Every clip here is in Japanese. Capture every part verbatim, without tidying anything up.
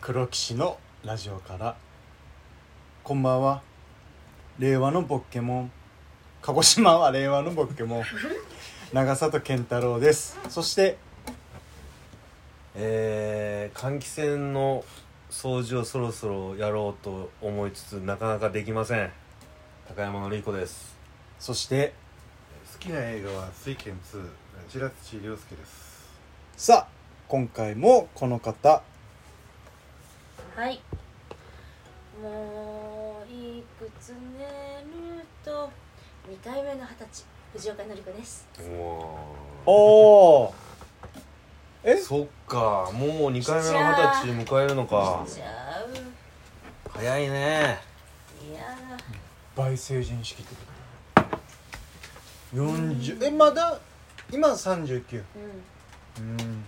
黒騎士のラジオからこんばんは。令和のポケモン、鹿児島は令和のポケモン長里健太郎です。そしてえー、換気扇の掃除をそろそろやろうと思いつつなかなかできません、高山のりいこです。 そして好きな映画は水拳ツー、白土亮介です。 さあ今回もこの方、 はい、もういくつ寝るとにかいめの二十歳、藤岡典子です。 おおーえそっか、もうにかいめの二十歳迎えるのか。 しちゃう。 早いね。 いや倍成人式ってことよんじゅう、えまだ今さんじゅうきゅう、 うんうんね、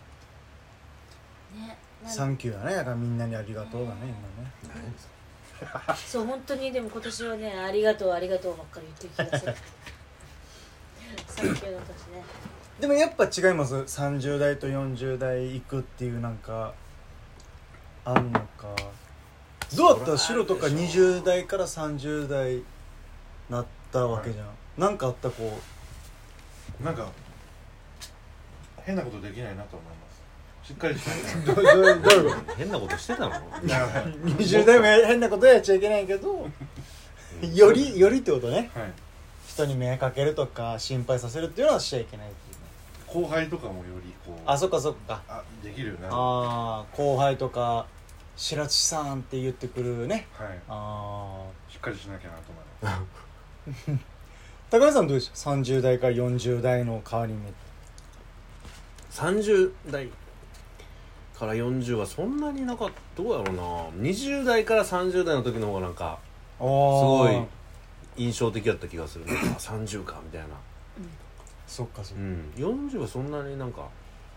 サンキューだね。だからみんなにありがとうだね、今ね。 そう本当にでも今年はね、ありがとうありがとうばっかり言ってる気がするサンキューの年ね。 でもやっぱ違います。さんじゅう代とよんじゅう代行くっていうなんかあんのか。どうだった？白とかにじゅう代からさんじゅう代なったわけじゃん、はい、なんかあった？こうなんか変なことできないなと思います。しっかりしてどういうこと変なことしてたのにじゅう代も変なことやっちゃいけないけどよりよりってことね、 はい、 人に迷惑かけるとか心配させるっていうのはしちゃいけないっていうね。 後輩とかもよりこうあ、そっかそっか、 あできるよね。 ああ、後輩とか白土さんって言ってくるね。 はい、 ああ、 しっかりしなきゃなと思います高橋さんどうでした？さんじゅう代からよんじゅう代の変わり目。 さんじゅう代からよんじゅうはそんなになかった。どうやろうな、にじゅう代からさんじゅう代の時の方がなんかすごい印象的だった気がするねさんじゅうかみたいな、うん、 そっかそっか、 うん、よんじゅうはそんなになんか、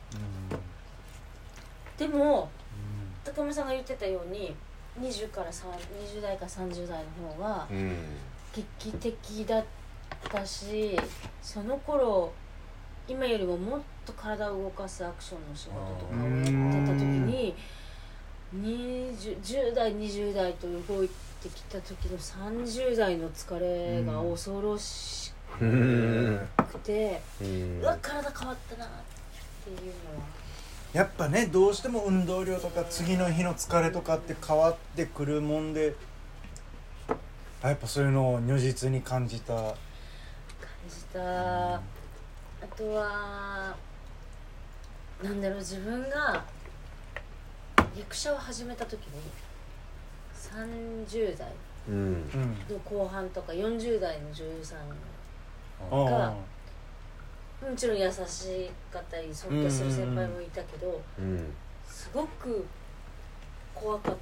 うん、でも、うん、高山さんが言ってたようににじゅうからにじゅう代からさんじゅう代の方が劇的だったし、その頃今よりももっと体を動かすアクションの仕事とかをやってた時ににじゅう、じゅう代にじゅう代と動いてきた時のさんじゅう代の疲れが恐ろしくて、うわ体変わったなっていうのはやっぱね、どうしても運動量とか次の日の疲れとかって変わってくるもんで、やっぱそういうのを如実に感じた感じた。あとはなんだろう、自分が役者を始めた時にさんじゅう代の後半とかよんじゅう代の女優さんがもちろん優しかったり尊敬する先輩もいたけど、すごく怖かった。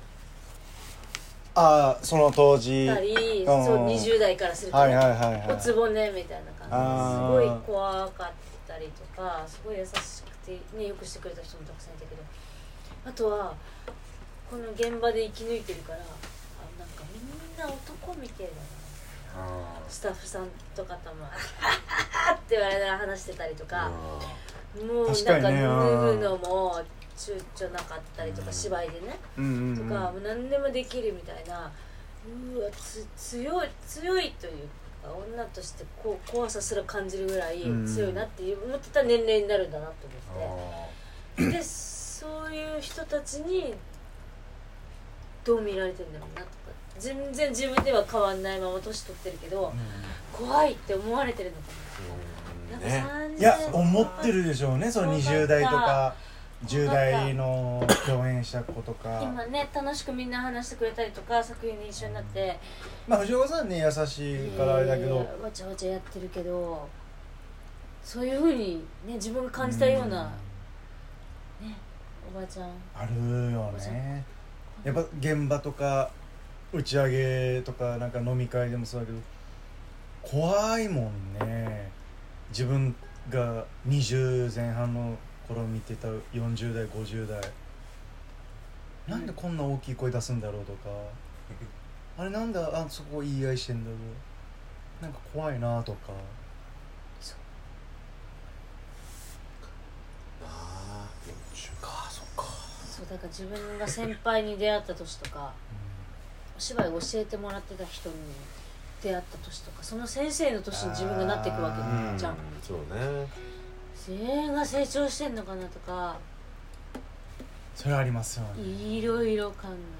ああ、その当時たり、そうにじゅう代からすると、 はいはいはいはい、 おつぼねみたいな感じですごい怖かったりとか、すごい優しくてね、よくしてくれた人もたくさんいたけど、あとはこの現場で生き抜いてるから、あ、なんかみんな男みたいだな、スタッフさんとかともあははって言われながら話してたりとか、もうなんか脱ぐのも躊躇なかったりとか、芝居でね、うんうんうん、とかもう何でもできるみたいな、うわつ強い強いというか、女としてこう怖さすら感じるぐらい強いなって思ってた年齢になるんだなと思って、でそういう人たちにどう見られてるんだろうなとか、全然自分では変わんないまま年取ってるけど、うん、怖いって思われてるのかな、うん、なんかさんじゅう、 ね、いや思ってるでしょうね。そのにじゅう代とかじゅう代の共演した子とか今ね、楽しくみんな話してくれたりとか、作品に一緒になって、うん、 まあ藤岡さんね優しいからあれだけど、 わちゃわちゃやってるけど、そういう風にね自分が感じたような、うん、ね、おばあちゃんあるよね。やっぱ現場とか打ち上げとかなんか飲み会でもそうだけど怖いもんね。自分がにじゅう前半の頃見てたよんじゅう代ごじゅう代、なんでこんな大きい声出すんだろうとかあれなんであそこ言い合いしてんだろう、なんか怖いなとか。 そうああ、よんじゅうか、そっか。 そうだから自分が先輩に出会った年とかお芝居を教えてもらってた人に出会った年とかその先生の年に自分がなっていくわけじゃん、 うんそうね全員が成長してんのかなとかそれはありますよね。 いろいろ考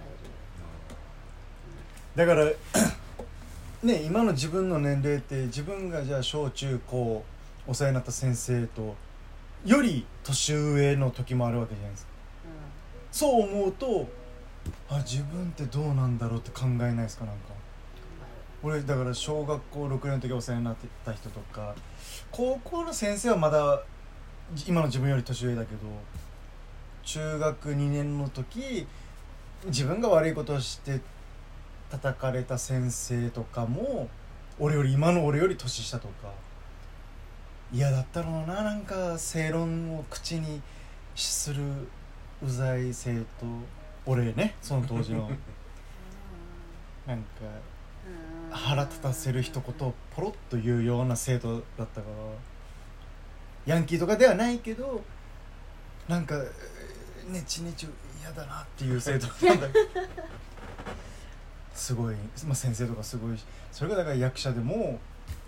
だからね今の自分の年齢って自分がじゃあ小中高お世話になった先生とより年上の時もあるわけじゃないですか、うん、そう思うとあ自分ってどうなんだろうって考えないですか。なんか俺だから小学校ろくねんの時お世話になってた人とか高校の先生はまだ今の自分より年上だけど中学にねんの時自分が悪いことをして叩かれた先生とかも俺より今の俺より年下とか嫌だったろうな。なんか正論を口にするうざい生徒俺ねその当時のなんか腹立たせる一言をポロッと言うような生徒だったからヤンキーとかではないけどなんかねちねち嫌だなっていう生徒なんだけどすごい、まあ、先生とかすごいしそれがだから役者でも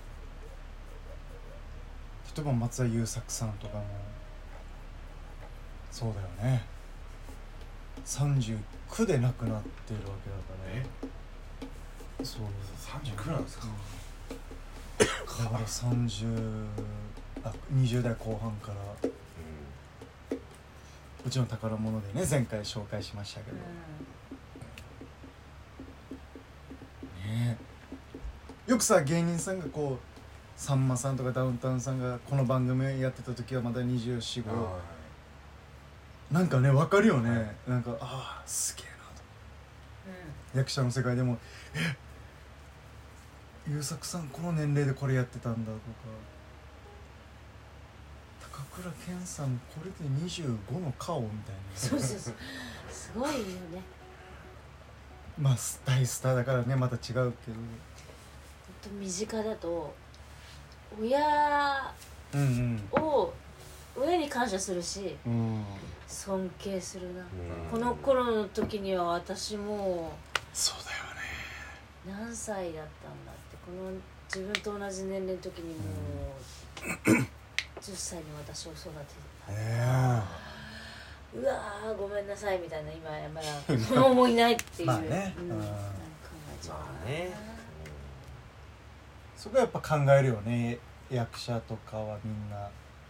例えば松田優作さんとかもそうだよねさんじゅうきゅうで亡くなってるわけだからね。そうさんじゅうきゅうなんですか、 うん、だからさんじゅうあにじゅう代後半から、うん、うちの宝物でね前回紹介しましたけど、うん、ねえよくさ芸人さんがこうさんまさんとかダウンタウンさんがこの番組やってた時はまだにじゅうよん、ごなんかね分かるよね、はい、なんかああすげえなと、うん、役者の世界でもえ優作さんこの年齢でこれやってたんだとか高倉健さんこれでにじゅうごの顔みたいなそうそうそうすごいよね。 まあ大スターだからねまた違うけどほんと身近だと親を親に感謝するし、うん、尊敬するな、うん、この頃の時には私もそうだよね何歳だったんだってこの自分と同じ年齢の時にもう、うん、じゅっさいの私を育ててた、えー、うわーごめんなさいみたいな今まだ子供もいないっていうまあね、うん、なんか考えちゃうな、まあね、 そこはやっぱ考えるよね役者とかはみんな。うん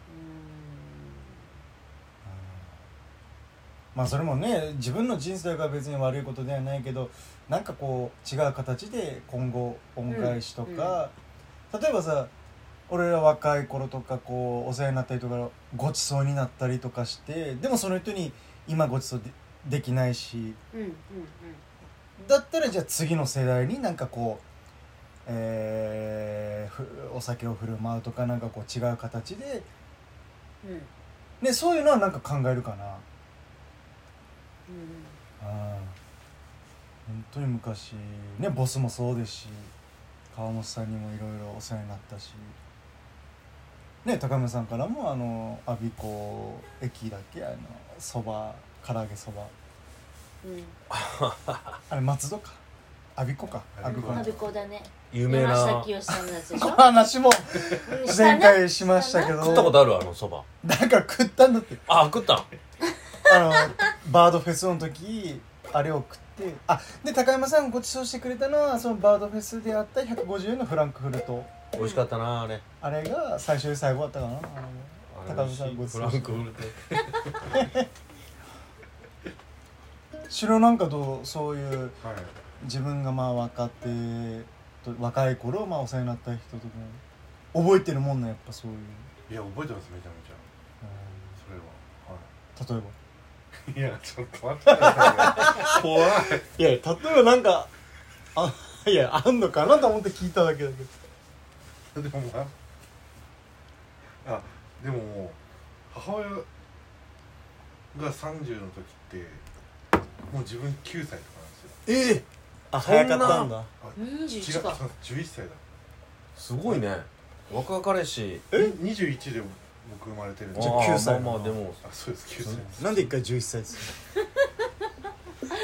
まあそれもね自分の人生が別に悪いことではないけどなんかこう違う形で今後恩返しとか、うんうん、例えばさ俺ら若い頃とかこうお世話になったりとかごちそうになったりとかしてでもその人に今ごちそう で, できないし、うんうんうん、だったらじゃあ次の世代になんかこう、えー、お酒を振る舞うとかなんかこう違う形で、うんね、そういうのはなんか考えるかな。うん、あ本当に昔ねボスもそうですし川本さんにもいろいろお世話になったしね高村さんからもあの我孫子駅だっけあのそば唐揚げそば、うん、あれ松戸か我孫子か我孫子だね有名な山下清さんのやつでしょこの話も前回しましたけど食ったことあるあのそばなんか食ったんだってあ食ったあのバードフェスの時あれを食ってあで高山さんがご馳走してくれたのはそのバードフェスであったひゃくごじゅうえんのフランクフルト美味しかったなあれあれが最初で最後だったかなあ高山さんご馳走してフランクフルト白なんかとそういう、はい、自分がまあ若手と若い頃まあお世話になった人とか覚えてるもんなやっぱそういういや覚えてますめちゃめちゃ、うん、それは、はい、 例えばいやちょっと待ってください怖いいや例えばなんかあいやあんのかなと思って聞いただけだけどでもまああでももう母親がさんじゅうの時ってもう自分きゅうさいとかなんですよ。 ええあ早かったんだ。 にじゅういちかじゅういっさいだすごいね若かりしえにじゅういちで僕生まれてるんでじゃあきゅうさいまあまあでもあそうですきゅうさいですなんで一回じゅういっさいですか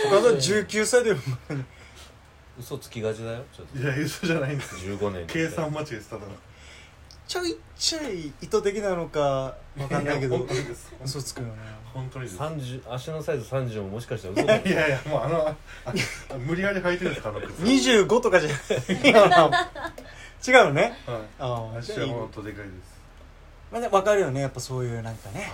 他のじゅうきゅうさいで嘘つきがちだよちょっといや嘘じゃないんですよじゅうごねん計算間違えてただちょいちょい意図的なのかわかんないけど本当にです嘘つくよね。 本当にですさんじゅう足のサイズさんじゅうももしかしたら嘘だいやいやもうあのああ無理やり履いてるんですかあの靴にじゅうごとかじゃない違うのね。 はいああ、じゃあいい。 足は本当でかいですまあね、分かるよね、やっぱそういうなんかね。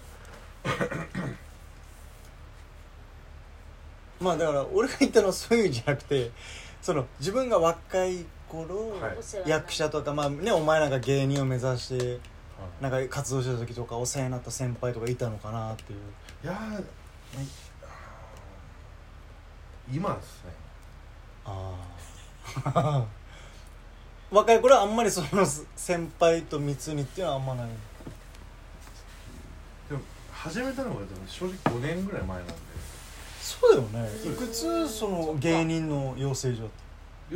まあだから俺が言ったのはそういうんじゃなくて、その自分が若い頃、 はい役者とかまあね、お前なんか芸人を目指してなんか活動した時とかお世話になった先輩とかいたのかなっていう。 いやー今ですねああ若い頃はあんまりその先輩と密にっていうのはあんまない。 でも始めたのがでも正直ごねんぐらい前なんでそうだよね。いくつその芸人の養成所だった？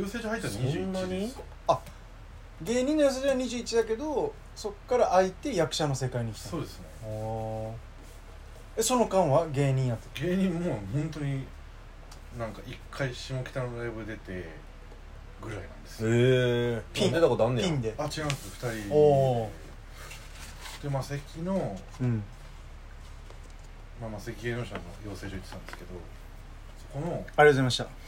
養成所入ったのにじゅういちそんなにですあ、芸人の養成所はにじゅういちだけど、そっから空いて役者の世界に来た。 そうですねおえ、その間は芸人やって芸人も本当になんか一回下北のライブ出てぐらいなんですよへえピン出たことあんねやピンで。 あ違いますふたりおでマセキの、 うん。 まあ、マセキ芸能者の養成所行ってたんですけどそこのありがとうございました。